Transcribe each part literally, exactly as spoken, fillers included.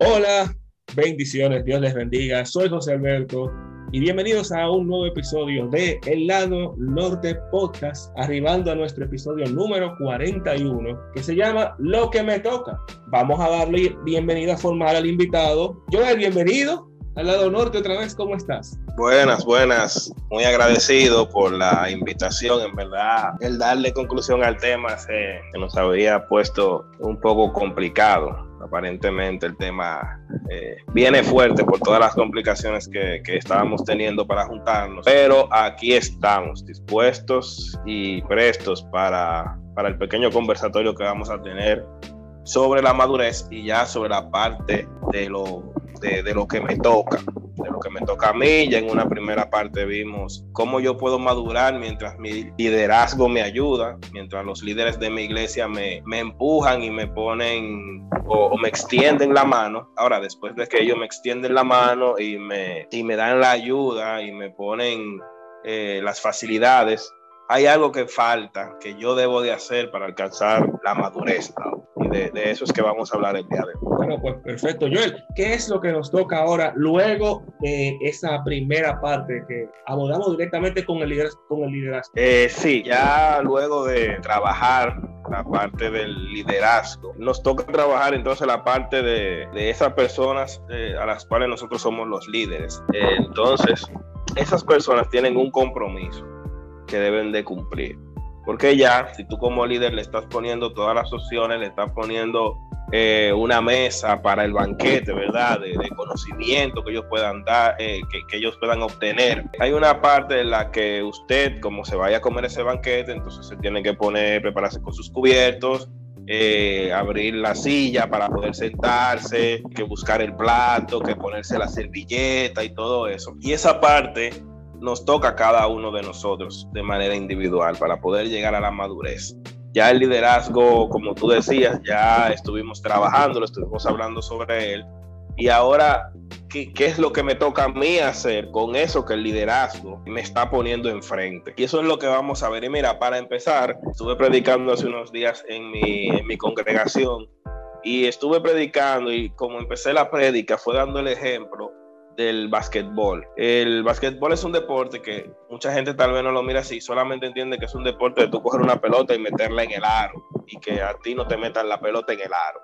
Hola, bendiciones, Dios les bendiga. Soy José Alberto y bienvenidos a un nuevo episodio de El Lado Norte Podcast, arribando a nuestro episodio número cuarenta y uno, que se llama Lo que me toca. Vamos a darle bienvenida formal al invitado. Joel, bienvenido al Lado Norte otra vez. ¿Cómo estás? Buenas, buenas. Muy agradecido por la invitación. En verdad, el darle conclusión al tema se, se nos había puesto un poco complicado. Aparentemente el tema eh, viene fuerte por todas las complicaciones que, que estábamos teniendo para juntarnos, pero aquí estamos dispuestos y prestos para, para el pequeño conversatorio que vamos a tener sobre la madurez y ya sobre la parte de lo, de, de lo que me toca, de lo que me toca a mí. Ya en una primera parte vimos cómo yo puedo madurar mientras mi liderazgo me ayuda, mientras los líderes de mi iglesia me, me empujan y me ponen o, o me extienden la mano. Ahora, después de que ellos me extienden la mano y me, y me dan la ayuda y me ponen eh, las facilidades, hay algo que falta, que yo debo de hacer para alcanzar la madurez, ¿no? Y de, de eso es que vamos a hablar el día de hoy. Bueno, pues perfecto. Joel, ¿qué es lo que nos toca ahora luego de esa primera parte que abordamos directamente con el liderazgo? Con el liderazgo? Eh, sí, ya luego de trabajar la parte del liderazgo, nos toca trabajar entonces la parte de, de esas personas eh, a las cuales nosotros somos los líderes. Eh, entonces, esas personas tienen un compromiso que deben de cumplir, porque ya si tú como líder le estás poniendo todas las opciones, le estás poniendo eh, una mesa para el banquete, ¿verdad? De, de conocimiento que ellos puedan dar, eh, que, que ellos puedan obtener. Hay una parte en la que usted, como se vaya a comer ese banquete, entonces se tiene que poner, prepararse con sus cubiertos, eh, abrir la silla para poder sentarse, que buscar el plato, que ponerse la servilleta y todo eso. Y esa parte nos toca a cada uno de nosotros de manera individual para poder llegar a la madurez. Ya el liderazgo, como tú decías, ya estuvimos trabajando, lo estuvimos hablando sobre él. Y ahora, ¿qué, qué es lo que me toca a mí hacer con eso que el liderazgo me está poniendo enfrente? Y eso es lo que vamos a ver. Y mira, para empezar, estuve predicando hace unos días en mi, en mi congregación y estuve predicando, y como empecé la prédica fue dando el ejemplo del básquetbol. El básquetbol es un deporte que mucha gente tal vez no lo mira así, solamente entiende que es un deporte de tú coger una pelota y meterla en el aro y que a ti no te metan la pelota en el aro.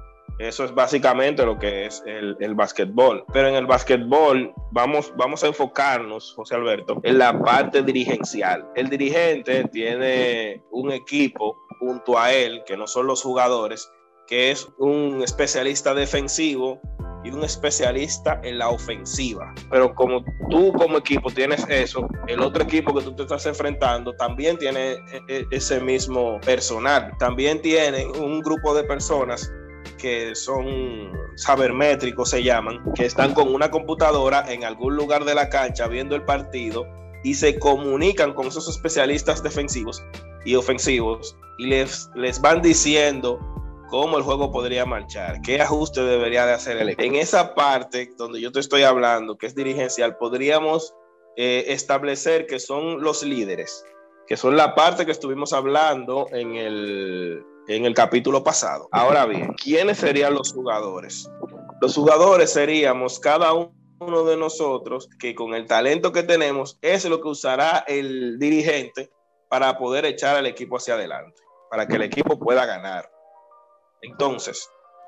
Eso es básicamente lo que es el, el básquetbol. Pero en el básquetbol vamos, vamos a enfocarnos, José Alberto, en la parte dirigencial. El dirigente tiene un equipo junto a él, que no son los jugadores, que es un especialista defensivo y un especialista en la ofensiva. Pero como tú como equipo tienes eso, el otro equipo que tú te estás enfrentando también tiene ese mismo personal. También tienen un grupo de personas que son sabermétricos, se llaman, que están con una computadora en algún lugar de la cancha viendo el partido y se comunican con esos especialistas defensivos y ofensivos y les, les van diciendo cómo el juego podría marchar, qué ajuste debería de hacer el equipo. En esa parte donde yo te estoy hablando, que es dirigencial, podríamos eh, establecer que son los líderes, que son la parte que estuvimos hablando en el, en el capítulo pasado. Ahora bien, ¿quiénes serían los jugadores? Los jugadores seríamos cada uno de nosotros que con el talento que tenemos es lo que usará el dirigente para poder echar al equipo hacia adelante, para que el equipo pueda ganar. Entonces,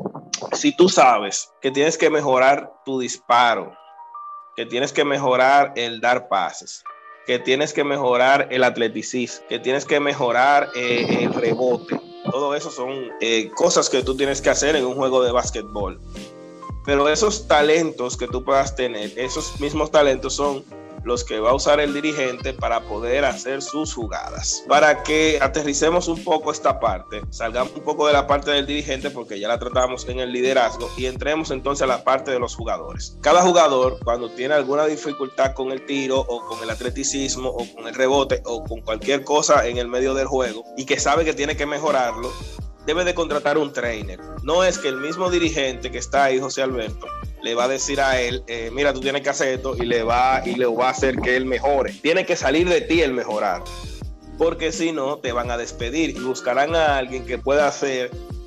si tú sabes que tienes que mejorar tu disparo, que tienes que mejorar el dar pases, que tienes que mejorar el atleticismo, que tienes que mejorar eh, el rebote, todo eso son eh, cosas que tú tienes que hacer en un juego de básquetbol. Pero esos talentos que tú puedas tener, esos mismos talentos son los que va a usar el dirigente para poder hacer sus jugadas. Para que aterricemos un poco esta parte, salgamos un poco de la parte del dirigente porque ya la tratamos en el liderazgo y entremos entonces a la parte de los jugadores. Cada jugador, cuando tiene alguna dificultad con el tiro o con el atleticismo o con el rebote o con cualquier cosa en el medio del juego y que sabe que tiene que mejorarlo, debe de contratar un trainer. No es que el mismo dirigente que está ahí, José Alberto, le va a decir a él, eh, mira, tú tienes que hacer esto y le va y le va a hacer que él mejore. Tiene que salir de ti el mejorar, porque si no te van a despedir y buscarán a alguien que pueda hacer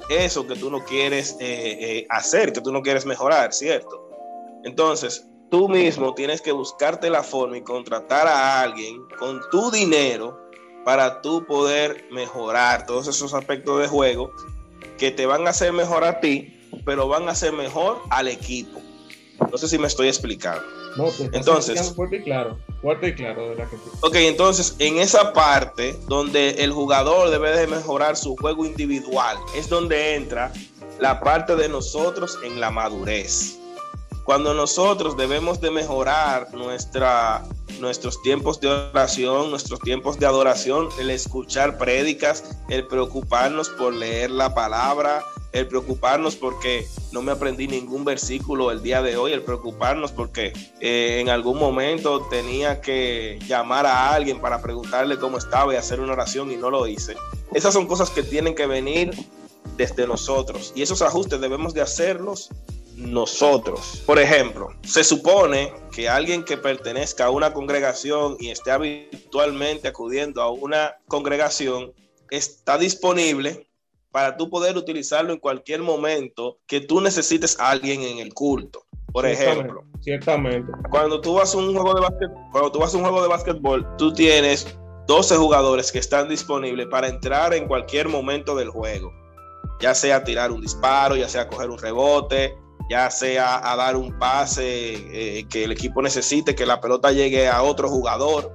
eso que tú no quieres eh, eh, hacer, que tú no quieres mejorar, ¿cierto? Entonces, tú mismo tienes que buscarte la forma y contratar a alguien con tu dinero para tú poder mejorar todos esos aspectos de juego que te van a hacer mejor a ti, pero van a hacer mejor al equipo. No sé si me estoy explicando. No, te estás entonces, explicando fuerte y claro, fuerte y claro de la que... Ok, entonces en esa parte donde el jugador debe de mejorar su juego individual, es donde entra la parte de nosotros en la madurez. Cuando nosotros debemos de mejorar nuestra, nuestros tiempos de oración, nuestros tiempos de adoración, el escuchar prédicas, el preocuparnos por leer la palabra, el preocuparnos porque no me aprendí ningún versículo el día de hoy, el preocuparnos porque eh, en algún momento tenía que llamar a alguien para preguntarle cómo estaba y hacer una oración y no lo hice. Esas son cosas que tienen que venir desde nosotros y esos ajustes debemos de hacerlos nosotros. Por ejemplo, se supone que alguien que pertenezca a una congregación y esté habitualmente acudiendo a una congregación está disponible para tú poder utilizarlo en cualquier momento que tú necesites a alguien en el culto. Por ciertamente, ejemplo, ciertamente. Cuando tú vas a un juego de básquet, cuando tú vas a un juego de básquetbol, tú tienes doce jugadores que están disponibles para entrar en cualquier momento del juego, ya sea tirar un disparo, ya sea coger un rebote, ya sea a dar un pase eh, que el equipo necesite, que la pelota llegue a otro jugador.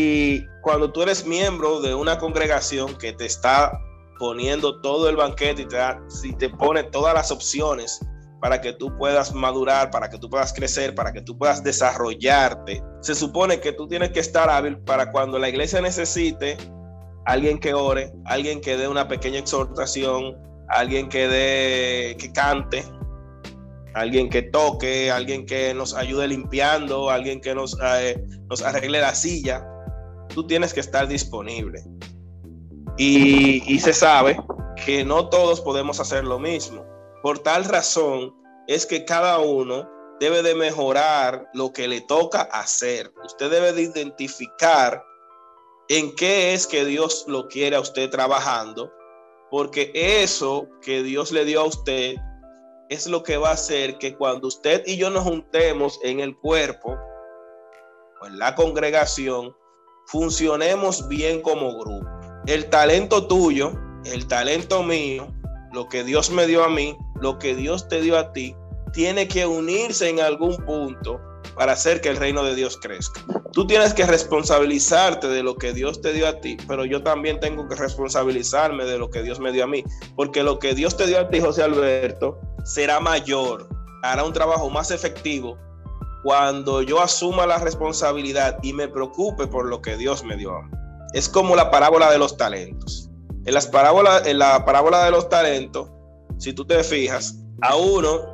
Y cuando tú eres miembro de una congregación que te está poniendo todo el banquete y te, da, si te pone todas las opciones para que tú puedas madurar, para que tú puedas crecer, para que tú puedas desarrollarte, se supone que tú tienes que estar hábil para cuando la iglesia necesite alguien que ore, alguien que dé una pequeña exhortación, alguien que dé, que cante, alguien que toque, alguien que nos ayude limpiando, alguien que nos, eh, nos arregle la silla. Tú tienes que estar disponible. Y, y se sabe que no todos podemos hacer lo mismo. Por tal razón es que cada uno debe de mejorar lo que le toca hacer. Usted debe de identificar en qué es que Dios lo quiere a usted trabajando, porque eso que Dios le dio a usted es lo que va a hacer que cuando usted y yo nos juntemos en el cuerpo o en la congregación, funcionemos bien como grupo. El talento tuyo, el talento mío, lo que Dios me dio a mí, lo que Dios te dio a ti, tiene que unirse en algún punto para hacer que el reino de Dios crezca. Tú tienes que responsabilizarte de lo que Dios te dio a ti, pero yo también tengo que responsabilizarme de lo que Dios me dio a mí, porque lo que Dios te dio a ti, José Alberto, será mayor, hará un trabajo más efectivo cuando yo asuma la responsabilidad y me preocupe por lo que Dios me dio a mí. Es como la parábola de los talentos. En, las parábolas, en la parábola de los talentos, si tú te fijas, a uno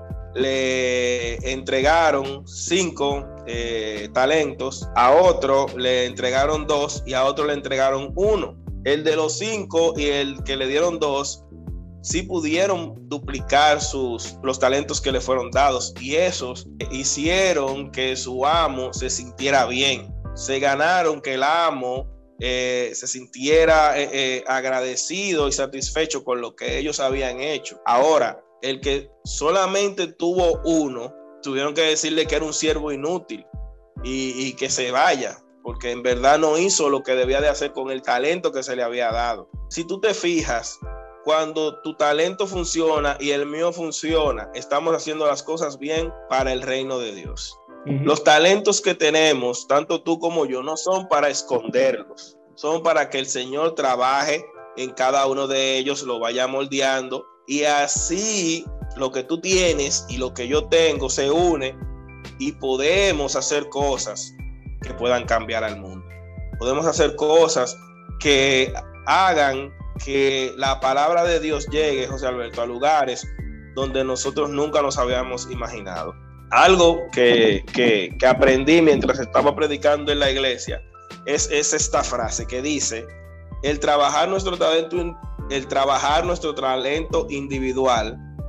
le entregaron cinco eh, talentos, a otro le entregaron dos y a otro le entregaron uno. El de los cinco y el que le dieron dos sí pudieron duplicar sus, los talentos que le fueron dados, y esos hicieron que su amo se sintiera bien. Se ganaron que el amo eh, se sintiera eh, eh, agradecido y satisfecho con lo que ellos habían hecho. Ahora, el que solamente tuvo uno, tuvieron que decirle que era un siervo inútil y, y que se vaya, porque en verdad no hizo lo que debía de hacer con el talento que se le había dado. Si tú te fijas, cuando tu talento funciona y el mío funciona, estamos haciendo las cosas bien para el reino de Dios. Uh-huh. Los talentos que tenemos, tanto tú como yo, no son para esconderlos, son para que el Señor trabaje en cada uno de ellos, lo vaya moldeando, y así lo que tú tienes y lo que yo tengo se une y podemos hacer cosas que puedan cambiar al mundo. Podemos hacer cosas que hagan que la palabra de Dios llegue, José Alberto, a lugares donde nosotros nunca nos habíamos imaginado. Algo que, que, que aprendí mientras estaba predicando en la iglesia es, es esta frase que dice: el trabajar nuestro talento, el trabajar nuestro talento individual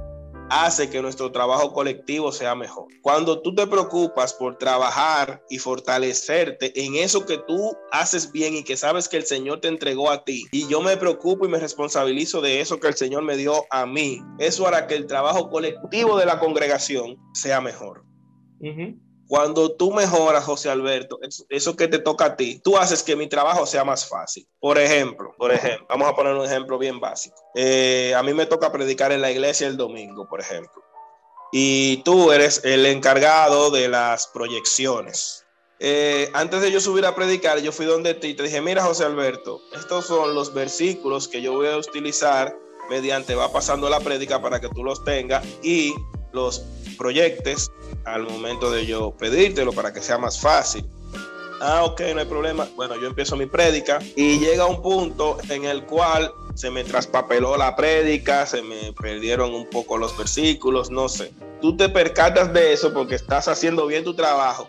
hace que nuestro trabajo colectivo sea mejor. Cuando tú te preocupas por trabajar y fortalecerte en eso que tú haces bien y que sabes que el Señor te entregó a ti, y yo me preocupo y me responsabilizo de eso que el Señor me dio a mí, eso hará que el trabajo colectivo de la congregación sea mejor. Uh-huh. Cuando tú mejoras, José Alberto, eso que te toca a ti, tú haces que mi trabajo sea más fácil. Por ejemplo, por ejemplo, vamos a poner un ejemplo bien básico. Eh, a mí me toca predicar en la iglesia el domingo, por ejemplo. Y tú eres el encargado de las proyecciones. Eh, antes de yo subir a predicar, yo fui donde ti y te dije, mira, José Alberto, estos son los versículos que yo voy a utilizar mediante va pasando la prédica para que tú los tengas y los proyectes al momento de yo pedírtelo para que sea más fácil. Ah, ok, no hay problema. Bueno, yo empiezo mi prédica y llega un punto en el cual se me traspapeló la prédica, se me perdieron un poco los versículos, no sé. Tú te percatas de eso porque estás haciendo bien tu trabajo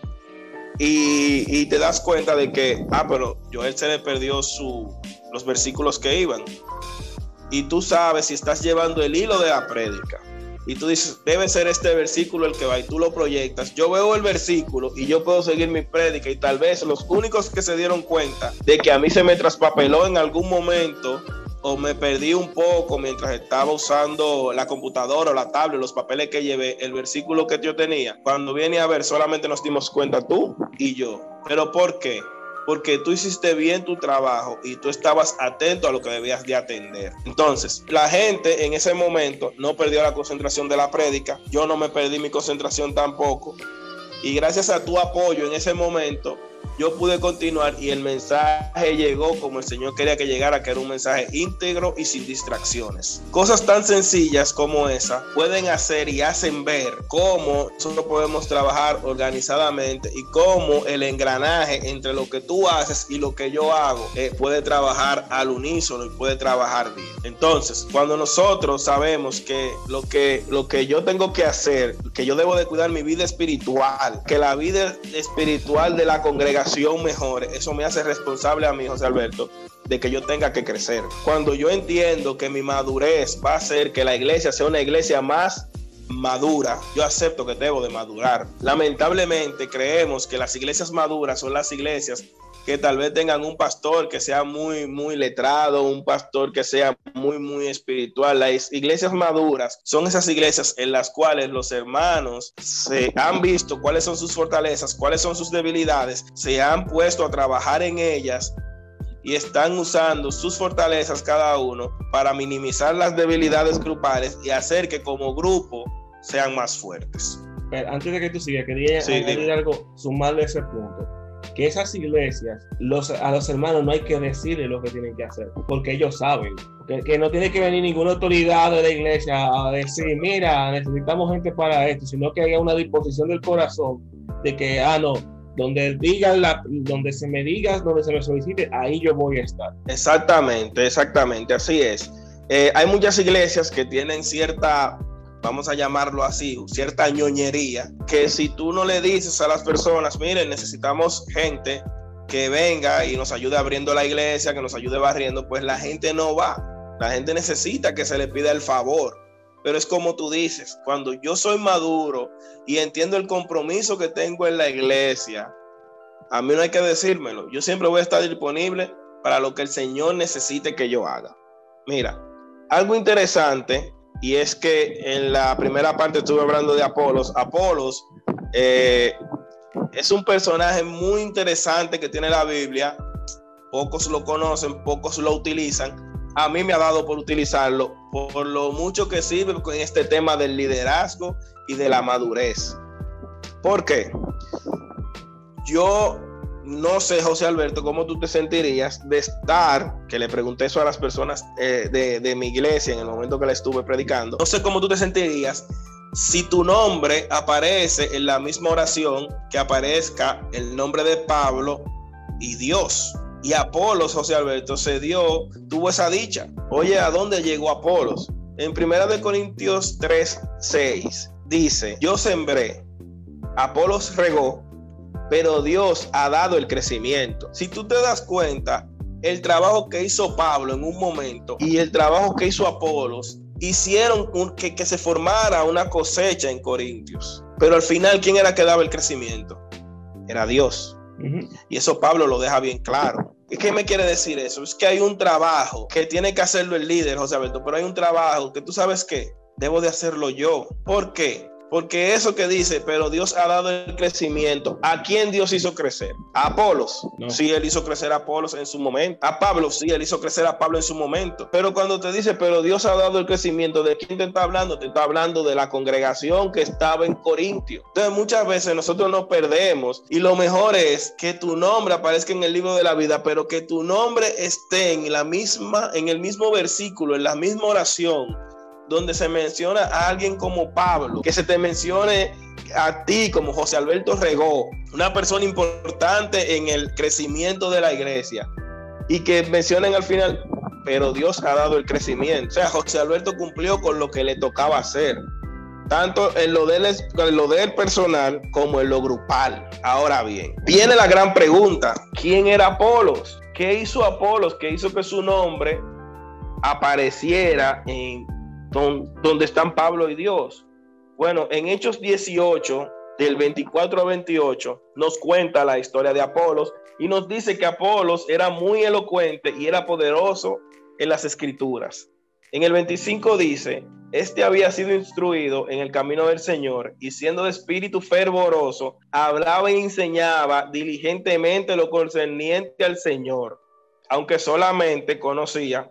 y, y te das cuenta de que, ah, pero Joel se le perdió su, los versículos que iban. Y tú sabes si estás llevando el hilo de la prédica. Y tú dices, debe ser este versículo el que va, y tú lo proyectas. Yo veo el versículo y yo puedo seguir mi prédica, y tal vez los únicos que se dieron cuenta de que a mí se me traspapeló en algún momento o me perdí un poco mientras estaba usando la computadora o la tablet, los papeles que llevé, el versículo que yo tenía, cuando viene a ver solamente nos dimos cuenta tú y yo. ¿Pero por qué? Porque tú hiciste bien tu trabajo y tú estabas atento a lo que debías de atender. Entonces, la gente en ese momento no perdió la concentración de la prédica, yo no me perdí mi concentración tampoco, y gracias a tu apoyo en ese momento, yo pude continuar y el mensaje llegó como el Señor quería que llegara, que era un mensaje íntegro y sin distracciones. Cosas tan sencillas como esa pueden hacer y hacen ver cómo nosotros podemos trabajar organizadamente y cómo el engranaje entre lo que tú haces y lo que yo hago eh, puede trabajar al unísono y puede trabajar bien. Entonces, cuando nosotros sabemos que lo que, lo que yo tengo que hacer, que yo debo de cuidar mi vida espiritual, que la vida espiritual de la congregación mejore, eso me hace responsable a mí, José Alberto, de que yo tenga que crecer. Cuando yo entiendo que mi madurez va a hacer que la iglesia sea una iglesia más madura, yo acepto que debo de madurar. Lamentablemente creemos que las iglesias maduras son las iglesias que tal vez tengan un pastor que sea muy, muy letrado, un pastor que sea muy, muy espiritual. Las iglesias maduras son esas iglesias en las cuales los hermanos se han visto cuáles son sus fortalezas, cuáles son sus debilidades, se han puesto a trabajar en ellas y están usando sus fortalezas cada uno para minimizar las debilidades grupales y hacer que como grupo sean más fuertes. Pero antes de que tú sigas, quería sí, añadir dime. algo, sumarle ese punto. Que esas iglesias, los, a los hermanos no hay que decirles lo que tienen que hacer, porque ellos saben, que, que no tiene que venir ninguna autoridad de la iglesia a decir, mira, necesitamos gente para esto, sino que haya una disposición del corazón de que, ah, no, donde digan la, donde se me diga, donde se me solicite, ahí yo voy a estar. Exactamente, exactamente, así es. Eh, hay muchas iglesias que tienen cierta, vamos a llamarlo así, cierta ñoñería, que si tú no le dices a las personas, miren, necesitamos gente que venga y nos ayude abriendo la iglesia, que nos ayude barriendo, pues la gente no va. La gente necesita que se le pida el favor. Pero es como tú dices, cuando yo soy maduro y entiendo el compromiso que tengo en la iglesia, a mí no hay que decírmelo. Yo siempre voy a estar disponible para lo que el Señor necesite que yo haga. Mira, algo interesante. Y es que en la primera parte estuve hablando de Apolos. Apolos eh, es un personaje muy interesante que tiene la Biblia. Pocos lo conocen, pocos lo utilizan. A mí me ha dado por utilizarlo, por lo mucho que sirve con este tema del liderazgo y de la madurez. ¿Por qué? Yo no sé, José Alberto, cómo tú te sentirías de estar, que le pregunté eso a las personas eh, de, de mi iglesia en el momento que la estuve predicando. No sé cómo tú te sentirías si tu nombre aparece en la misma oración que aparezca el nombre de Pablo y Dios. Y Apolos, José Alberto, se dio, tuvo esa dicha. Oye, ¿a dónde llegó Apolos? En primera de Corintios tres, seis dice, yo sembré, Apolos regó, pero Dios ha dado el crecimiento. Si tú te das cuenta, el trabajo que hizo Pablo en un momento y el trabajo que hizo Apolos hicieron un, que, que se formara una cosecha en Corintios. Pero al final, ¿quién era que daba el crecimiento? Era Dios. Uh-huh. Y eso Pablo lo deja bien claro. ¿Y qué me quiere decir eso? Es que hay un trabajo que tiene que hacerlo el líder, José Alberto, pero hay un trabajo que tú sabes que debo de hacerlo yo. ¿Por qué? Porque eso que dice, pero Dios ha dado el crecimiento. ¿A quién Dios hizo crecer? ¿A Apolos? No. Sí, él hizo crecer a Apolos en su momento. ¿A Pablo? Sí, él hizo crecer a Pablo en su momento. Pero cuando te dice, pero Dios ha dado el crecimiento, ¿de quién te está hablando? Te está hablando de la congregación que estaba en Corintio. Entonces muchas veces nosotros nos perdemos y lo mejor es que tu nombre aparezca en el libro de la vida, pero que tu nombre esté en la misma, en el mismo versículo, en la misma oración, donde se menciona a alguien como Pablo, que se te mencione a ti como José Alberto Regó, una persona importante en el crecimiento de la iglesia, y que mencionen al final, pero Dios ha dado el crecimiento. O sea, José Alberto cumplió con lo que le tocaba hacer, tanto en lo de él, en lo de él personal como en lo grupal. Ahora bien, viene la gran pregunta: ¿quién era Apolos? ¿Qué hizo Apolos? ¿Qué hizo que su nombre apareciera en donde están Pablo y Dios? Bueno, en Hechos dieciocho, del veinticuatro a veintiocho, nos cuenta la historia de Apolos y nos dice que Apolos era muy elocuente y era poderoso en las escrituras. En el veinticinco dice, este había sido instruido en el camino del Señor y siendo de espíritu fervoroso, hablaba y enseñaba diligentemente lo concerniente al Señor, aunque solamente conocía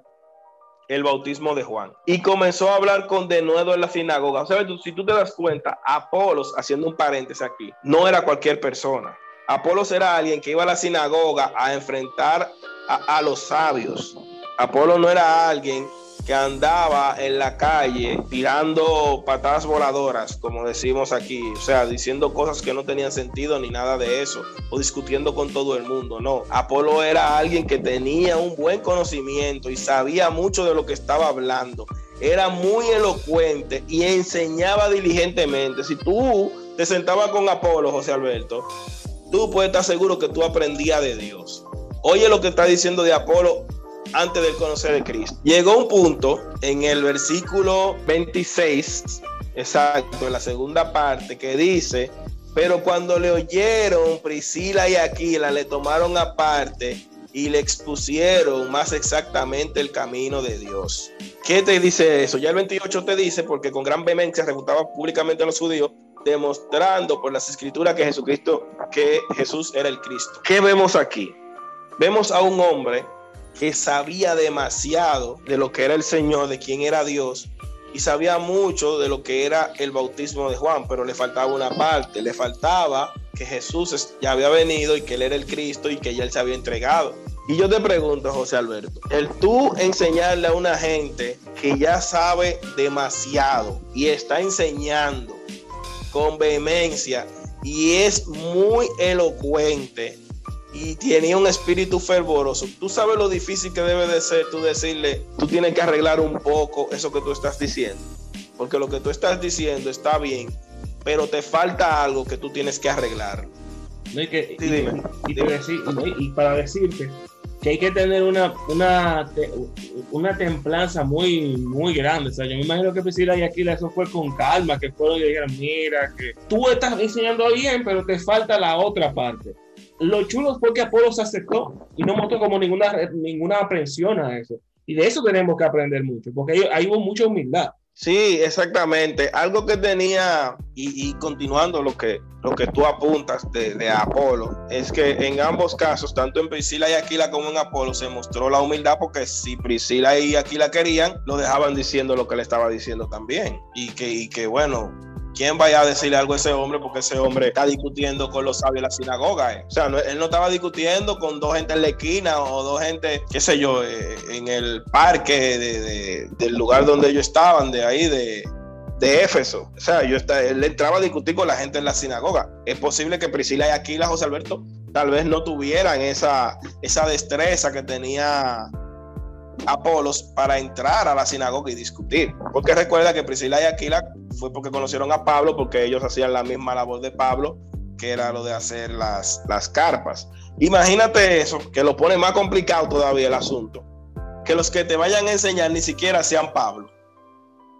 el bautismo de Juan. Y comenzó a hablar con denuedo en la sinagoga. O sea, si tú te das cuenta, Apolos, haciendo un paréntesis aquí, no era cualquier persona. Apolos era alguien que iba a la sinagoga a enfrentar a, a los sabios. Apolos no era alguien que andaba en la calle tirando patadas voladoras, como decimos aquí, o sea, diciendo cosas que no tenían sentido ni nada de eso, o discutiendo con todo el mundo. No, Apolo era alguien que tenía un buen conocimiento y sabía mucho de lo que estaba hablando, era muy elocuente y enseñaba diligentemente. Si tú te sentabas con Apolo, José Alberto, tú puedes estar seguro que tú aprendías de Dios. Oye lo que está diciendo de Apolo antes de conocer a Cristo. Llegó un punto en el versículo veintiséis, exacto, en la segunda parte, que dice, pero cuando le oyeron, Priscila y Aquila le tomaron aparte y le expusieron más exactamente el camino de Dios. ¿Qué te dice eso? Ya el veintiocho te dice, porque con gran vehemencia refutaba públicamente a los judíos, demostrando por las escrituras que Jesucristo, que Jesús era el Cristo. ¿Qué vemos aquí? Vemos a un hombre que sabía demasiado de lo que era el Señor, de quién era Dios, y sabía mucho de lo que era el bautismo de Juan, pero le faltaba una parte, le faltaba que Jesús ya había venido y que él era el Cristo y que ya él se había entregado. Y yo te pregunto, José Alberto, el tú enseñarle a una gente que ya sabe demasiado y está enseñando con vehemencia y es muy elocuente y tenía un espíritu fervoroso, tú sabes lo difícil que debe de ser tú decirle, tú tienes que arreglar un poco eso que tú estás diciendo, porque lo que tú estás diciendo está bien, pero te falta algo que tú tienes que arreglar. No, y, que, sí, y, dime. Y, y, te decir, y, y para decirte que hay que tener una, una, una templanza muy, muy grande. O sea, yo me imagino que Priscila y Aquila eso fue con calma, que fueron y dijeron, mira, que tú estás enseñando bien, pero te falta la otra parte. Lo chulo fue que Apolo se acercó y no mostró como ninguna, ninguna aprensión a eso. Y de eso tenemos que aprender mucho, porque ahí, ahí hubo mucha humildad. Sí, exactamente. Algo que tenía, y, y continuando lo que, lo que tú apuntas de, de Apolo, es que en ambos casos, tanto en Priscila y Aquila como en Apolo, se mostró la humildad, porque si Priscila y Aquila querían, lo dejaban diciendo lo que le estaba diciendo también. Y que, y que bueno, ¿quién vaya a decirle algo a ese hombre? Porque ese hombre está discutiendo con los sabios de la sinagoga. ¿eh? O sea, no, él no estaba discutiendo con dos gente en la esquina o dos gente, qué sé yo, eh, en el parque de, de, del lugar donde ellos estaban, de ahí, de, de Éfeso. O sea, yo está, él entraba a discutir con la gente en la sinagoga. Es posible que Priscila y Aquila, José Alberto, tal vez no tuvieran esa, esa destreza que tenía Apolos para entrar a la sinagoga y discutir, porque recuerda que Priscila y Aquila fue porque conocieron a Pablo, porque ellos hacían la misma labor de Pablo, que era lo de hacer las, las carpas. Imagínate eso, que lo pone más complicado todavía el asunto, que los que te vayan a enseñar ni siquiera sean Pablo.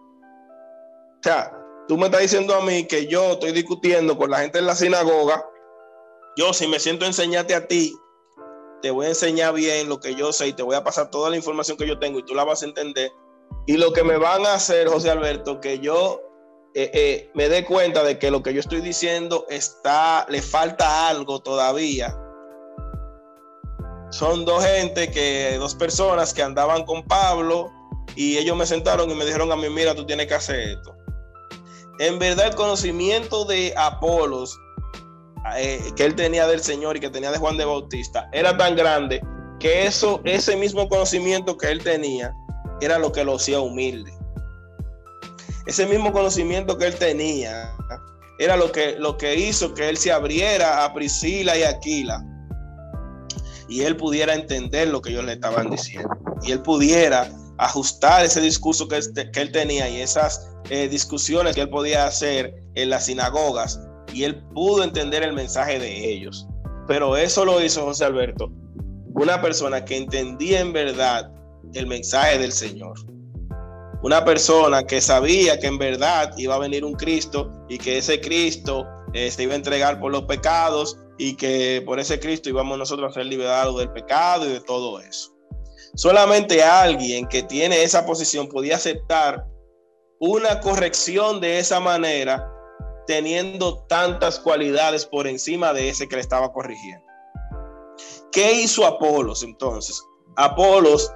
O sea, tú me estás diciendo a mí que yo estoy discutiendo con la gente en la sinagoga. Yo, si me siento a enseñarte a ti, te voy a enseñar bien lo que yo sé y te voy a pasar toda la información que yo tengo y tú la vas a entender. Y lo que me van a hacer, José Alberto, que yo eh, eh, me dé cuenta de que lo que yo estoy diciendo está, le falta algo todavía. Son dos gente que, dos personas que andaban con Pablo y ellos me sentaron y me dijeron a mí, mira, tú tienes que hacer esto. En verdad, el conocimiento de Apolos eh, que él tenía del Señor y que tenía de Juan de Bautista era tan grande que eso, ese mismo conocimiento que él tenía era lo que lo hacía humilde. Ese mismo conocimiento que él tenía era lo que, lo que hizo que él se abriera a Priscila y Aquila y él pudiera entender lo que ellos le estaban diciendo y él pudiera ajustar ese discurso que él, que él tenía y esas eh, discusiones que él podía hacer en las sinagogas, y él pudo entender el mensaje de ellos. Pero eso lo hizo, José Alberto, una persona que entendía en verdad el mensaje del Señor, una persona que sabía que en verdad iba a venir un Cristo y que ese Cristo eh, se iba a entregar por los pecados y que por ese Cristo íbamos nosotros a ser liberados del pecado y de todo eso. Solamente alguien que tiene esa posición podía aceptar una corrección de esa manera, teniendo tantas cualidades por encima de ese que le estaba corrigiendo. ¿Qué hizo Apolos entonces? Apolos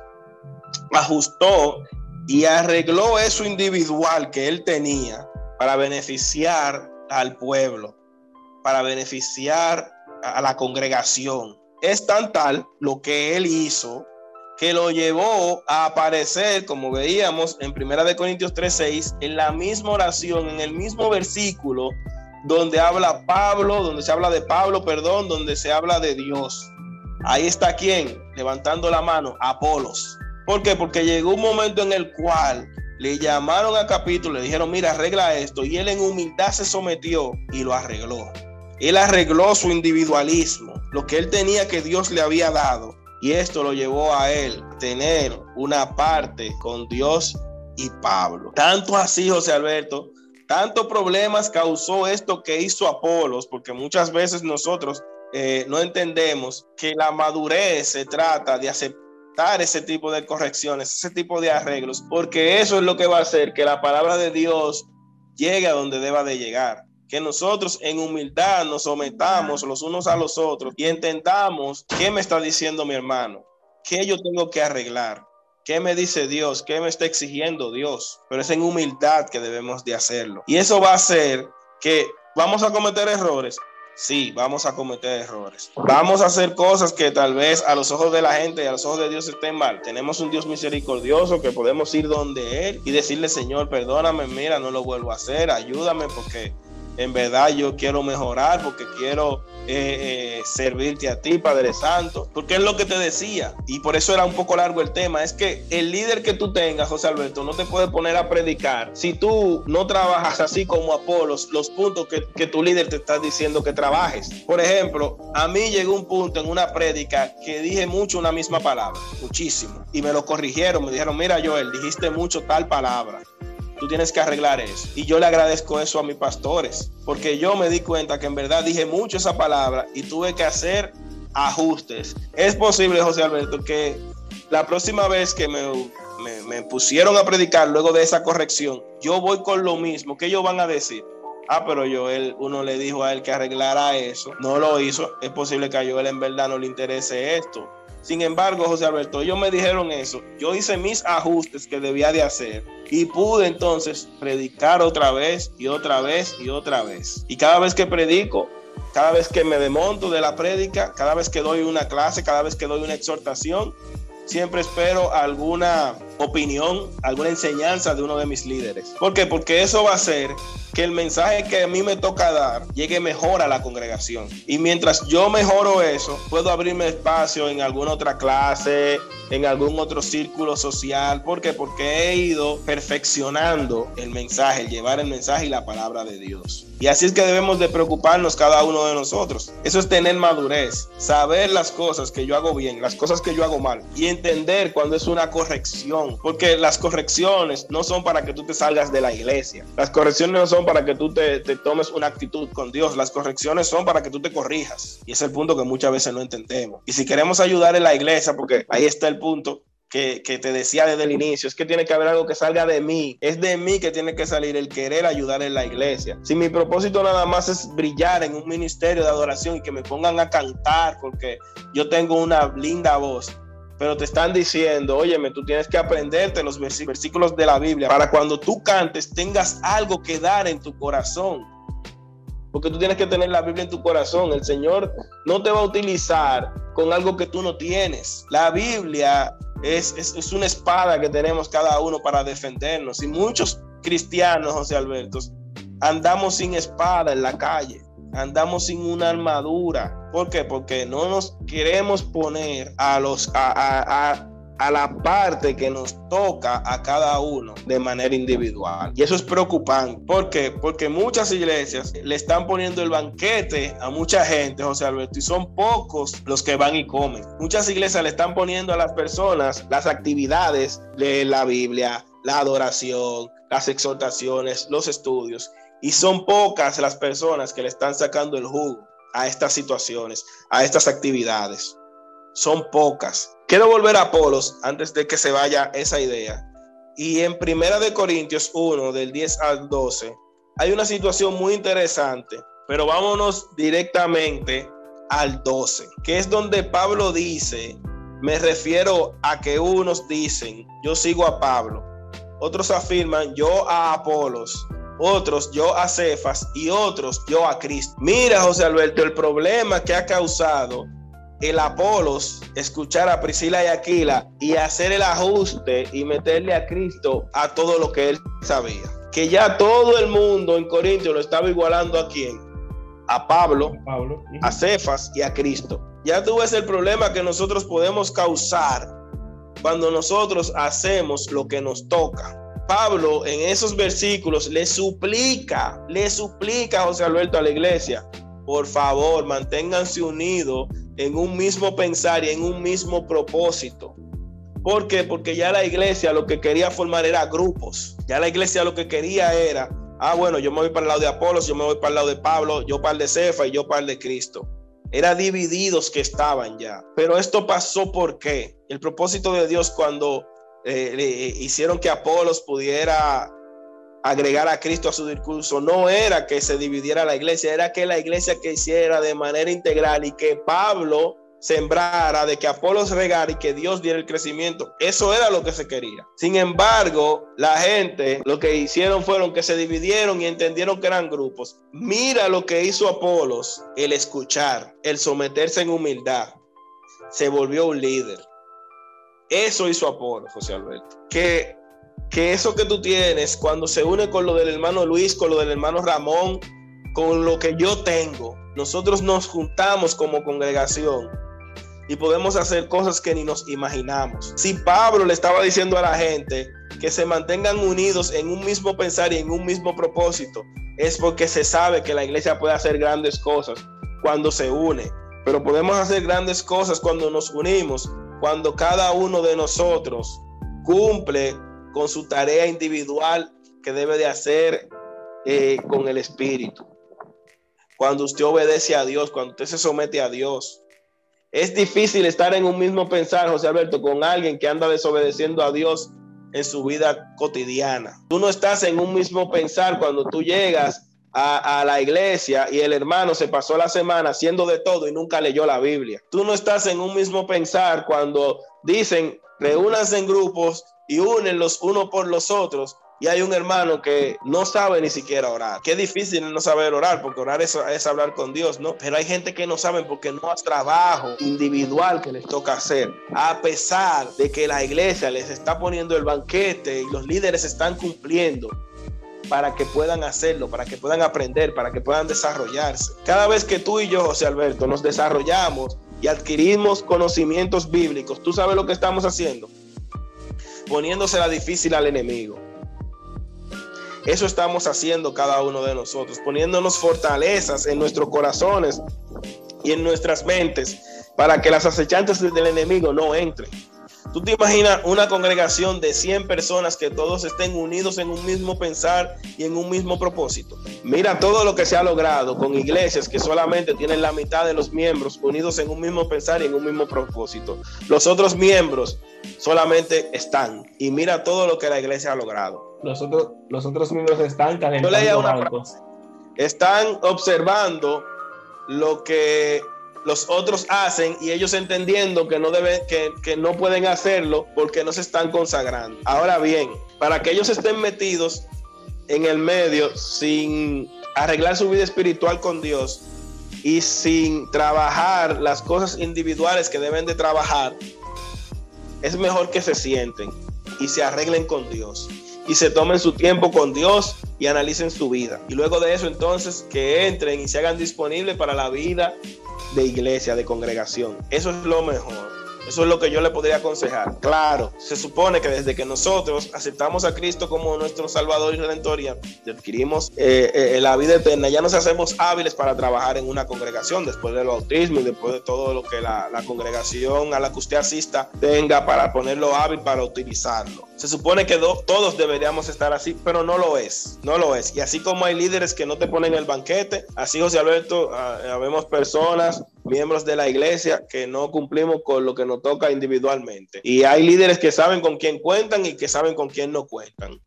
ajustó y arregló eso individual que él tenía para beneficiar al pueblo, para beneficiar a la congregación. Es tan tal lo que él hizo que lo llevó a aparecer, como veíamos en Primera de Corintios tres seis, en la misma oración, en el mismo versículo donde habla Pablo, donde se habla de Pablo, perdón, donde se habla de Dios. Ahí está ¿quién? Levantando la mano, Apolos. ¿Por qué? Porque llegó un momento en el cual le llamaron a capítulo, le dijeron, mira, arregla esto, y él en humildad se sometió y lo arregló. Él arregló su individualismo, lo que él tenía que Dios le había dado. Y esto lo llevó a él a tener una parte con Dios y Pablo. Tanto así, José Alberto, tantos problemas causó esto que hizo Apolos, porque muchas veces nosotros eh, no entendemos que la madurez se trata de aceptar ese tipo de correcciones, ese tipo de arreglos, porque eso es lo que va a hacer que la palabra de Dios llegue a donde deba de llegar. Que nosotros en humildad nos sometamos los unos a los otros y entendamos qué me está diciendo mi hermano, qué yo tengo que arreglar, qué me dice Dios, qué me está exigiendo Dios. Pero es en humildad que debemos de hacerlo. Y eso va a hacer que vamos a cometer errores. Sí, vamos a cometer errores. Vamos a hacer cosas que tal vez a los ojos de la gente y a los ojos de Dios estén mal. Tenemos un Dios misericordioso que podemos ir donde Él y decirle, Señor, perdóname, mira, no lo vuelvo a hacer, ayúdame porque en verdad yo quiero mejorar, porque quiero eh, eh, servirte a ti, Padre Santo, porque es lo que te decía, y por eso era un poco largo el tema. Es que el líder que tú tengas, José Alberto, no te puede poner a predicar si tú no trabajas así como Apolos los puntos que, que tu líder te está diciendo que trabajes. Por ejemplo, a mí llegó un punto en una prédica que dije mucho una misma palabra, muchísimo, y me lo corrigieron, me dijeron, mira Joel, dijiste mucho tal palabra, tú tienes que arreglar eso. Y yo le agradezco eso a mis pastores, porque yo me di cuenta que en verdad dije mucho esa palabra y tuve que hacer ajustes. Es posible, José Alberto, que la próxima vez que me, me, me pusieron a predicar luego de esa corrección, yo voy con lo mismo. ¿Qué ellos van a decir? Ah, pero Joel, uno le dijo a él que arreglara eso, no lo hizo. Es posible que a Joel en verdad no le interese esto. Sin embargo, José Alberto, ellos me dijeron eso. Yo hice mis ajustes que debía de hacer y pude entonces predicar otra vez y otra vez y otra vez. Y cada vez que predico, cada vez que me desmonto de la prédica, cada vez que doy una clase, cada vez que doy una exhortación, siempre espero alguna opinión, alguna enseñanza de uno de mis líderes. ¿Por qué? Porque eso va a hacer que el mensaje que a mí me toca dar llegue mejor a la congregación. Y mientras yo mejoro eso, puedo abrirme espacio en alguna otra clase, en algún otro círculo social. ¿Por qué? Porque he ido perfeccionando el mensaje, el llevar el mensaje y la palabra de Dios. Y así es que debemos de preocuparnos cada uno de nosotros. Eso es tener madurez, saber las cosas que yo hago bien, las cosas que yo hago mal y entender cuando es una corrección, porque las correcciones no son para que tú te salgas de la iglesia, las correcciones no son para que tú te, te tomes una actitud con Dios, las correcciones son para que tú te corrijas, y ese es el punto que muchas veces no entendemos. Y si queremos ayudar en la iglesia, porque ahí está el punto Que, que te decía desde el inicio, es que tiene que haber algo que salga de mí, es de mí que tiene que salir el querer ayudar en la iglesia. Si mi propósito nada más es brillar en un ministerio de adoración y que me pongan a cantar porque yo tengo una linda voz, pero te están diciendo, óyeme, tú tienes que aprenderte los versículos de la Biblia para cuando tú cantes tengas algo que dar en tu corazón, porque tú tienes que tener la Biblia en tu corazón. El Señor no te va a utilizar con algo que tú no tienes. La Biblia Es, es, es una espada que tenemos cada uno para defendernos. Y muchos cristianos, José Alberto, andamos sin espada en la calle, andamos sin una armadura. ¿Por qué? Porque no nos queremos poner a los a, a, a, a la parte que nos toca a cada uno de manera individual. Y eso es preocupante. ¿Por qué? Porque muchas iglesias le están poniendo el banquete a mucha gente, José Alberto, y son pocos los que van y comen. Muchas iglesias le están poniendo a las personas las actividades de la Biblia, la adoración, las exhortaciones, los estudios, y son pocas las personas que le están sacando el jugo a estas situaciones, a estas actividades. Son pocas. Quiero volver a Apolos antes de que se vaya esa idea. Y en Primera de Corintios uno, del diez al doce, hay una situación muy interesante, pero vámonos directamente al doce, que es donde Pablo dice, me refiero a que unos dicen, yo sigo a Pablo, otros afirman, yo a Apolos, otros yo a Cefas y otros yo a Cristo. Mira, José Alberto, el problema que ha causado el Apolos escuchar a Priscila y Aquila y hacer el ajuste y meterle a Cristo a todo lo que él sabía, que ya todo el mundo en Corintios lo estaba igualando a quién, a Pablo, a, Pablo. a Cefas y a Cristo. Ya tú ves el problema que nosotros podemos causar cuando nosotros hacemos lo que nos toca. Pablo en esos versículos le suplica, le suplica a José Alberto, a la iglesia, por favor, manténganse unidos en un mismo pensar y en un mismo propósito. ¿Por qué? Porque ya la iglesia lo que quería formar era grupos. Ya la iglesia lo que quería era, ah, bueno, yo me voy para el lado de Apolos, yo me voy para el lado de Pablo, yo para el de Cefa y yo para el de Cristo. Era divididos que estaban ya. Pero esto pasó ¿por qué? El propósito de Dios cuando eh, le hicieron que Apolos pudiera agregar a Cristo a su discurso, no era que se dividiera la iglesia, era que la iglesia que hiciera de manera integral y que Pablo sembrara, de que Apolos regara y que Dios diera el crecimiento. Eso era lo que se quería. Sin embargo, la gente lo que hicieron fueron que se dividieron y entendieron que eran grupos. Mira lo que hizo Apolos, el escuchar, el someterse en humildad. Se volvió un líder. Eso hizo Apolos, José Alberto. Que que eso que tú tienes cuando se une con lo del hermano Luis, con lo del hermano Ramón, con lo que yo tengo, nosotros nos juntamos como congregación y podemos hacer cosas que ni nos imaginamos. Si Pablo le estaba diciendo a la gente que se mantengan unidos en un mismo pensar y en un mismo propósito, es porque se sabe que la iglesia puede hacer grandes cosas cuando se une, pero podemos hacer grandes cosas cuando nos unimos, cuando cada uno de nosotros cumple con su tarea individual que debe de hacer eh, con el Espíritu. Cuando usted obedece a Dios, cuando usted se somete a Dios. Es difícil estar en un mismo pensar, José Alberto, con alguien que anda desobedeciendo a Dios en su vida cotidiana. Tú no estás en un mismo pensar cuando tú llegas a, a la iglesia y el hermano se pasó la semana haciendo de todo y nunca leyó la Biblia. Tú no estás en un mismo pensar cuando dicen, reúnanse en grupos y unen los unos por los otros, y hay un hermano que no sabe ni siquiera orar. Qué difícil es no saber orar, porque orar es, es hablar con Dios, ¿no? Pero hay gente que no sabe porque no hace trabajo individual que les toca hacer, a pesar de que la iglesia les está poniendo el banquete y los líderes están cumpliendo para que puedan hacerlo, para que puedan aprender, para que puedan desarrollarse. Cada vez que tú y yo, José Alberto, nos desarrollamos y adquirimos conocimientos bíblicos, ¿tú sabes lo que estamos haciendo? Poniéndosela difícil al enemigo. Eso estamos haciendo cada uno de nosotros, poniéndonos fortalezas en nuestros corazones y en nuestras mentes para que las acechanzas del enemigo no entren. ¿Tú te imaginas una congregación de cien personas que todos estén unidos en un mismo pensar y en un mismo propósito? Mira todo lo que se ha logrado con iglesias que solamente tienen la mitad de los miembros unidos en un mismo pensar y en un mismo propósito. Los otros miembros solamente están. Y mira todo lo que la iglesia ha logrado. Los otros, los otros miembros están calentando bancos. Están observando lo que los otros hacen y ellos entendiendo que no deben, que, que no pueden hacerlo porque no se están consagrando. Ahora bien, para que ellos estén metidos en el medio sin arreglar su vida espiritual con Dios y sin trabajar las cosas individuales que deben de trabajar, es mejor que se sienten y se arreglen con Dios y se tomen su tiempo con Dios y analicen su vida. Y luego de eso, entonces, que entren y se hagan disponibles para la vida de iglesia, de congregación. Eso es lo mejor. Eso es lo que yo le podría aconsejar. Claro, se supone que desde que nosotros aceptamos a Cristo como nuestro Salvador y Redentor y adquirimos eh, eh, la vida eterna, ya nos hacemos hábiles para trabajar en una congregación después del bautismo y después de todo lo que la, la congregación a la que usted asista tenga para ponerlo hábil para utilizarlo. Se supone que do, todos deberíamos estar así, pero no lo es, no lo es. Y así como hay líderes que no te ponen el banquete, así, José Alberto, uh, habemos personas, miembros de la iglesia, que no cumplimos con lo que nos toca individualmente. Y hay líderes que saben con quién cuentan y que saben con quién no cuentan.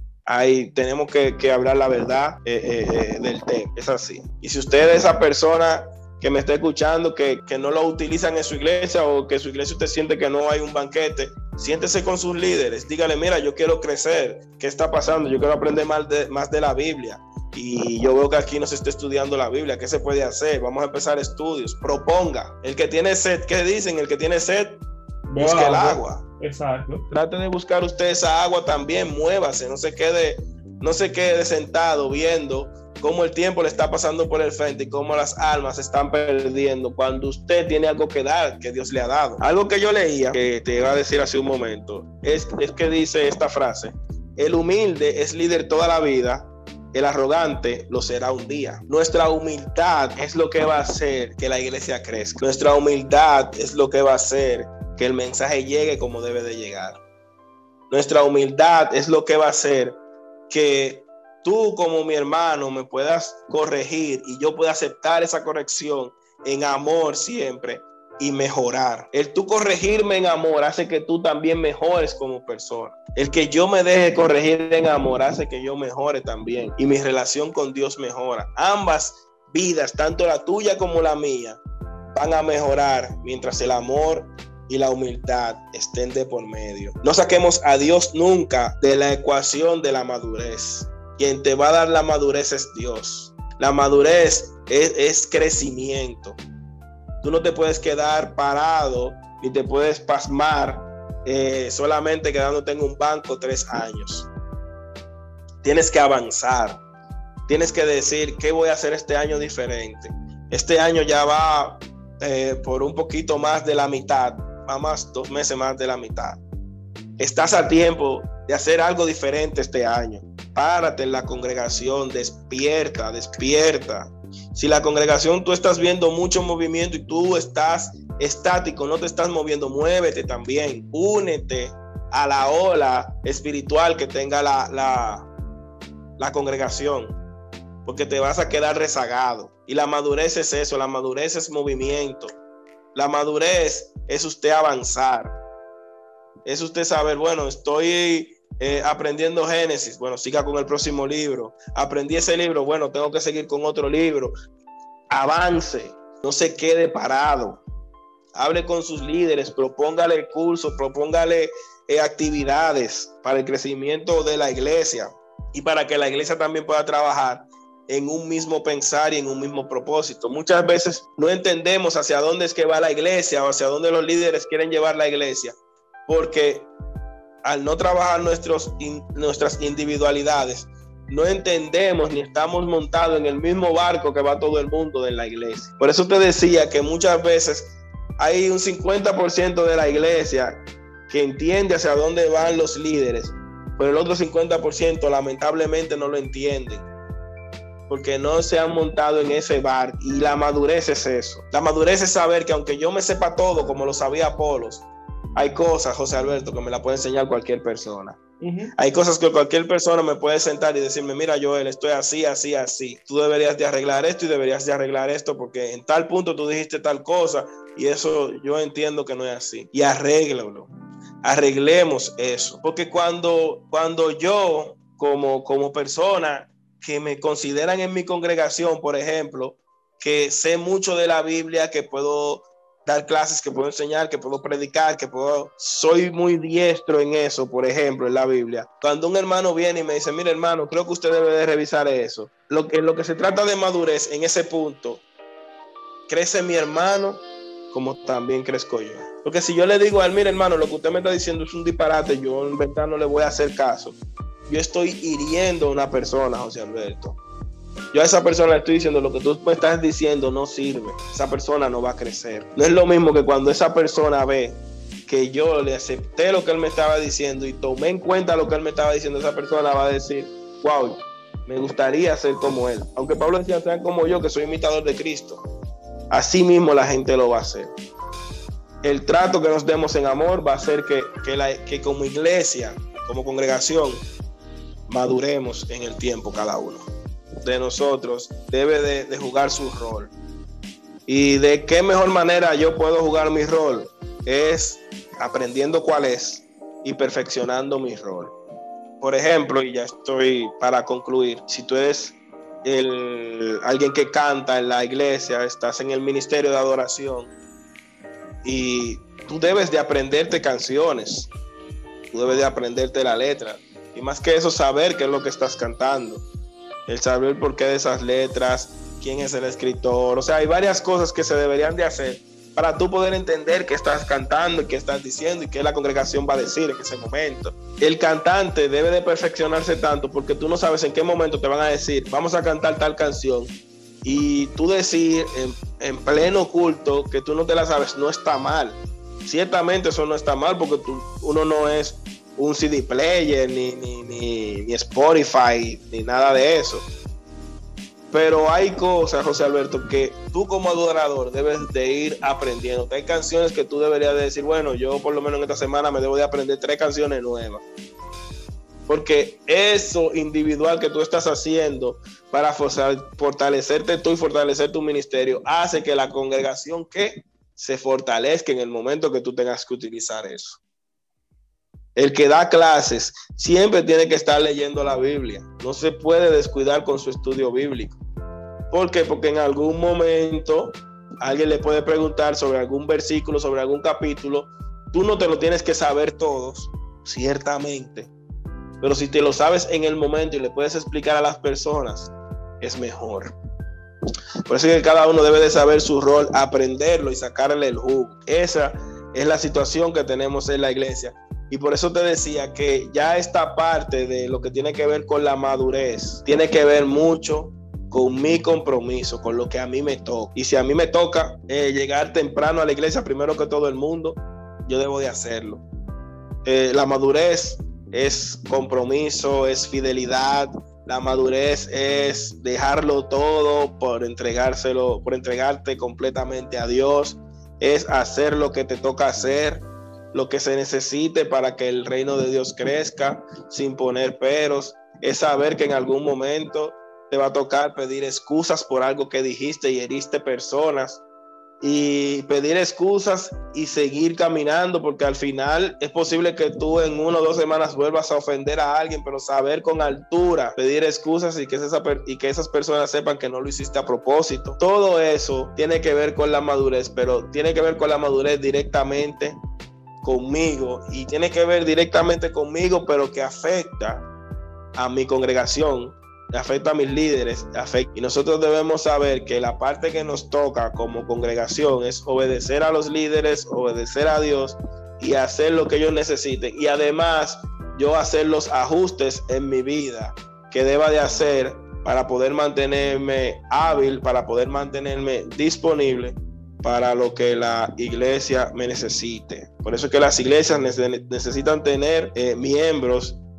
Ahí tenemos que, que hablar la verdad eh, eh, eh, del tema. Es así. Y si usted es esa persona que me está escuchando, que, que no lo utilizan en su iglesia o que en su iglesia usted siente que no hay un banquete, siéntese con sus líderes, dígale, mira, yo quiero crecer, ¿qué está pasando? Yo quiero aprender más de, más de la Biblia y yo veo que aquí no se está estudiando la Biblia, ¿qué se puede hacer? Vamos a empezar estudios, proponga. El que tiene sed, ¿qué dicen? El que tiene sed, busque el agua. Exacto. Trate de buscar usted esa agua también, muévase, no se quede, no se quede sentado viendo cómo el tiempo le está pasando por el frente y cómo las almas se están perdiendo cuando usted tiene algo que dar, que Dios le ha dado. Algo que yo leía, que te iba a decir hace un momento, es, es que dice esta frase: el humilde es líder toda la vida, el arrogante lo será un día. Nuestra humildad es lo que va a hacer que la iglesia crezca. Nuestra humildad es lo que va a hacer que el mensaje llegue como debe de llegar. Nuestra humildad es lo que va a hacer que tú, como mi hermano, me puedas corregir y yo pueda aceptar esa corrección en amor siempre y mejorar. El tú corregirme en amor hace que tú también mejores como persona. El que yo me deje corregir en amor hace que yo mejore también y mi relación con Dios mejora. Ambas vidas, tanto la tuya como la mía, van a mejorar mientras el amor y la humildad estén de por medio. No saquemos a Dios nunca de la ecuación de la madurez. Quien te va a dar la madurez es Dios. La madurez es, es crecimiento. Tú no te puedes quedar parado ni te puedes pasmar eh, solamente quedándote en un banco tres años. Tienes que avanzar. Tienes que decir, ¿qué voy a hacer este año diferente? Este año ya va eh, por un poquito más de la mitad, va más dos meses más de la mitad. Estás a tiempo de hacer algo diferente este año. Párate en la congregación, despierta, despierta. Si la congregación tú estás viendo mucho movimiento y tú estás estático, no te estás moviendo, muévete también. Únete a la ola espiritual que tenga la, la, la congregación, porque te vas a quedar rezagado. Y la madurez es eso, la madurez es movimiento. La madurez es usted avanzar. Es usted saber, bueno, estoy eh, aprendiendo Génesis, bueno, siga con el próximo libro. Aprendí ese libro, bueno, tengo que seguir con otro libro. Avance, no se quede parado. Hable con sus líderes, propóngale cursos, propóngale eh, actividades para el crecimiento de la iglesia y para que la iglesia también pueda trabajar en un mismo pensar y en un mismo propósito. Muchas veces no entendemos hacia dónde es que va la iglesia o hacia dónde los líderes quieren llevar la iglesia, porque al no trabajar nuestros, in, nuestras individualidades, no entendemos ni estamos montados en el mismo barco que va todo el mundo de la iglesia. Por eso te decía que muchas veces hay un cincuenta por ciento de la iglesia que entiende hacia dónde van los líderes, pero el otro cincuenta por ciento lamentablemente no lo entienden, porque no se han montado en ese barco. Y la madurez es eso. La madurez es saber que aunque yo me sepa todo como lo sabía Apolos, hay cosas, José Alberto, que me la puede enseñar cualquier persona. Uh-huh. Hay cosas que cualquier persona me puede sentar y decirme, mira, Joel, estoy así, así, así. Tú deberías de arreglar esto y deberías de arreglar esto porque en tal punto tú dijiste tal cosa y eso yo entiendo que no es así. Y arréglalo. Arreglemos eso. Porque cuando, cuando yo, como, como persona que me consideran en mi congregación, por ejemplo, que sé mucho de la Biblia, que puedo dar clases, que puedo enseñar, que puedo predicar, que puedo, soy muy diestro en eso, por ejemplo, en la Biblia. Cuando un hermano viene y me dice, mire hermano, creo que usted debe de revisar eso. Lo que, lo que se trata de madurez en ese punto, crece mi hermano como también crezco yo. Porque si yo le digo a él, mire hermano, lo que usted me está diciendo es un disparate, yo en verdad no le voy a hacer caso. Yo estoy hiriendo a una persona, José Alberto. Yo a esa persona le estoy diciendo, lo que tú me estás diciendo no sirve. Esa persona no va a crecer. No es lo mismo que cuando esa persona ve que yo le acepté lo que él me estaba diciendo y tomé en cuenta lo que él me estaba diciendo, esa persona va a decir, wow, me gustaría ser como él. Aunque Pablo decía, sean como yo, que soy imitador de Cristo. Así mismo la gente lo va a hacer. El trato que nos demos en amor va a hacer que, que, la, que como iglesia, como congregación, maduremos en el tiempo cada uno de nosotros debe de, de jugar su rol. Y de qué mejor manera yo puedo jugar mi rol es aprendiendo cuál es y perfeccionando mi rol. Por ejemplo, y ya estoy para concluir, si tú eres el, alguien que canta en la iglesia, estás en el ministerio de adoración y tú debes de aprenderte canciones, tú debes de aprenderte la letra y más que eso saber qué es lo que estás cantando. El saber el porqué de esas letras, quién es el escritor. O sea, hay varias cosas que se deberían de hacer para tú poder entender qué estás cantando y qué estás diciendo y qué la congregación va a decir en ese momento. El cantante debe de perfeccionarse tanto porque tú no sabes en qué momento te van a decir, vamos a cantar tal canción. Y tú decir en, en pleno culto que tú no te la sabes, no está mal. Ciertamente eso no está mal porque tú, uno no es un C D player, ni, ni, ni, ni Spotify, ni nada de eso. Pero hay cosas, José Alberto, que tú como adorador debes de ir aprendiendo. Hay canciones que tú deberías de decir, bueno, yo por lo menos en esta semana me debo de aprender tres canciones nuevas. Porque eso individual que tú estás haciendo para fortalecerte tú y fortalecer tu ministerio hace que la congregación que se fortalezca en el momento que tú tengas que utilizar eso. El que da clases siempre tiene que estar leyendo la Biblia. No se puede descuidar con su estudio bíblico. ¿Por qué? Porque en algún momento alguien le puede preguntar sobre algún versículo, sobre algún capítulo. Tú no te lo tienes que saber todos, ciertamente. Pero si te lo sabes en el momento y le puedes explicar a las personas, es mejor. Por eso es que cada uno debe de saber su rol, aprenderlo y sacarle el jugo. Esa es la situación que tenemos en la iglesia. Y por eso te decía que ya esta parte de lo que tiene que ver con la madurez tiene que ver mucho con mi compromiso, con lo que a mí me toca. Y si a mí me toca eh, llegar temprano a la iglesia primero que todo el mundo, yo debo de hacerlo. Eh, la madurez es compromiso, es fidelidad. La madurez es dejarlo todo por entregárselo, por entregarte completamente a Dios. Es hacer lo que te toca hacer, lo que se necesite para que el reino de Dios crezca sin poner peros. Es saber que en algún momento te va a tocar pedir excusas por algo que dijiste y heriste personas, y pedir excusas y seguir caminando, porque al final es posible que tú en una o dos semanas vuelvas a ofender a alguien, pero saber con altura pedir excusas y que, esa, y que esas personas sepan que no lo hiciste a propósito. Todo eso tiene que ver con la madurez, pero tiene que ver con la madurez directamente conmigo y tiene que ver directamente conmigo, pero que afecta a mi congregación, afecta a mis líderes, afecta. Y nosotros debemos saber que la parte que nos toca como congregación es obedecer a los líderes, obedecer a Dios y hacer lo que ellos necesiten, y además yo hacer los ajustes en mi vida que deba de hacer para poder mantenerme hábil, para poder mantenerme disponible para lo que la iglesia me necesite. Por eso es que las iglesias necesitan tener eh, miembros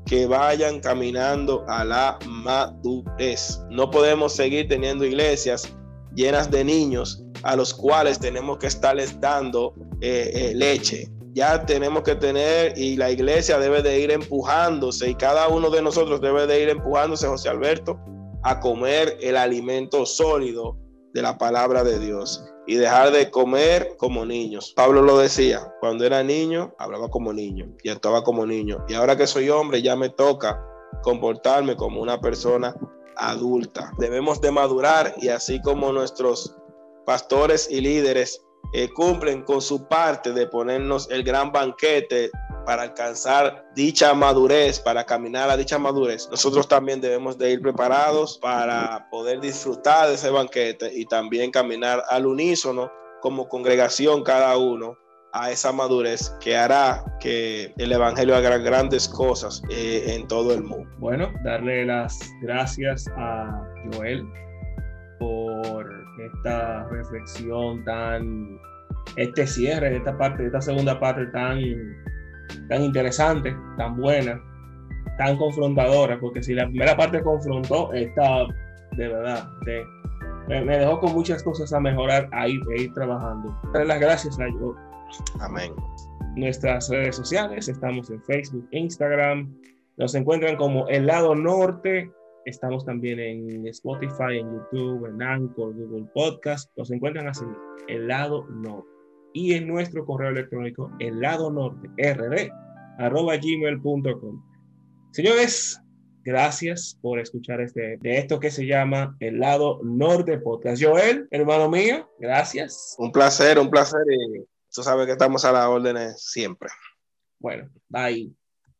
que vayan caminando a la madurez. No podemos seguir teniendo iglesias llenas de niños a los cuales tenemos que estarles dando eh, eh, leche. Ya tenemos que tener, y la iglesia debe de ir empujándose, y cada uno de nosotros debe de ir empujándose, José Alberto, a comer el alimento sólido de la palabra de Dios y dejar de comer como niños. Pablo lo decía, cuando era niño hablaba como niño y actuaba como niño, y ahora que soy hombre ya me toca comportarme como una persona adulta. Debemos de madurar, y así como nuestros pastores y líderes eh, cumplen con su parte de ponernos el gran banquete para alcanzar dicha madurez, para caminar a dicha madurez, nosotros también debemos de ir preparados para poder disfrutar de ese banquete y también caminar al unísono como congregación cada uno a esa madurez que hará que el evangelio haga grandes cosas eh, en todo el mundo. Bueno, darle las gracias a Joel por esta reflexión tan, este cierre de esta parte, de esta segunda parte tan tan interesante, tan buena, tan confrontadora, porque si la primera parte confrontó, esta de verdad de, me, me dejó con muchas cosas a mejorar, a ir, a ir trabajando. Darle las gracias a yo. Amén. Nuestras redes sociales, estamos en Facebook, Instagram, nos encuentran como El Lado Norte, estamos también en Spotify, en YouTube, en Anchor, Google Podcast, nos encuentran así, El Lado Norte. Y en nuestro correo electrónico, el lado norte r d arroba gmail punto com. Señores, gracias por escuchar este, de esto que se llama El Lado Norte Podcast. Joel, hermano mío, gracias. Un placer, un placer, y tú sabes que estamos a las órdenes siempre. Bueno, bye.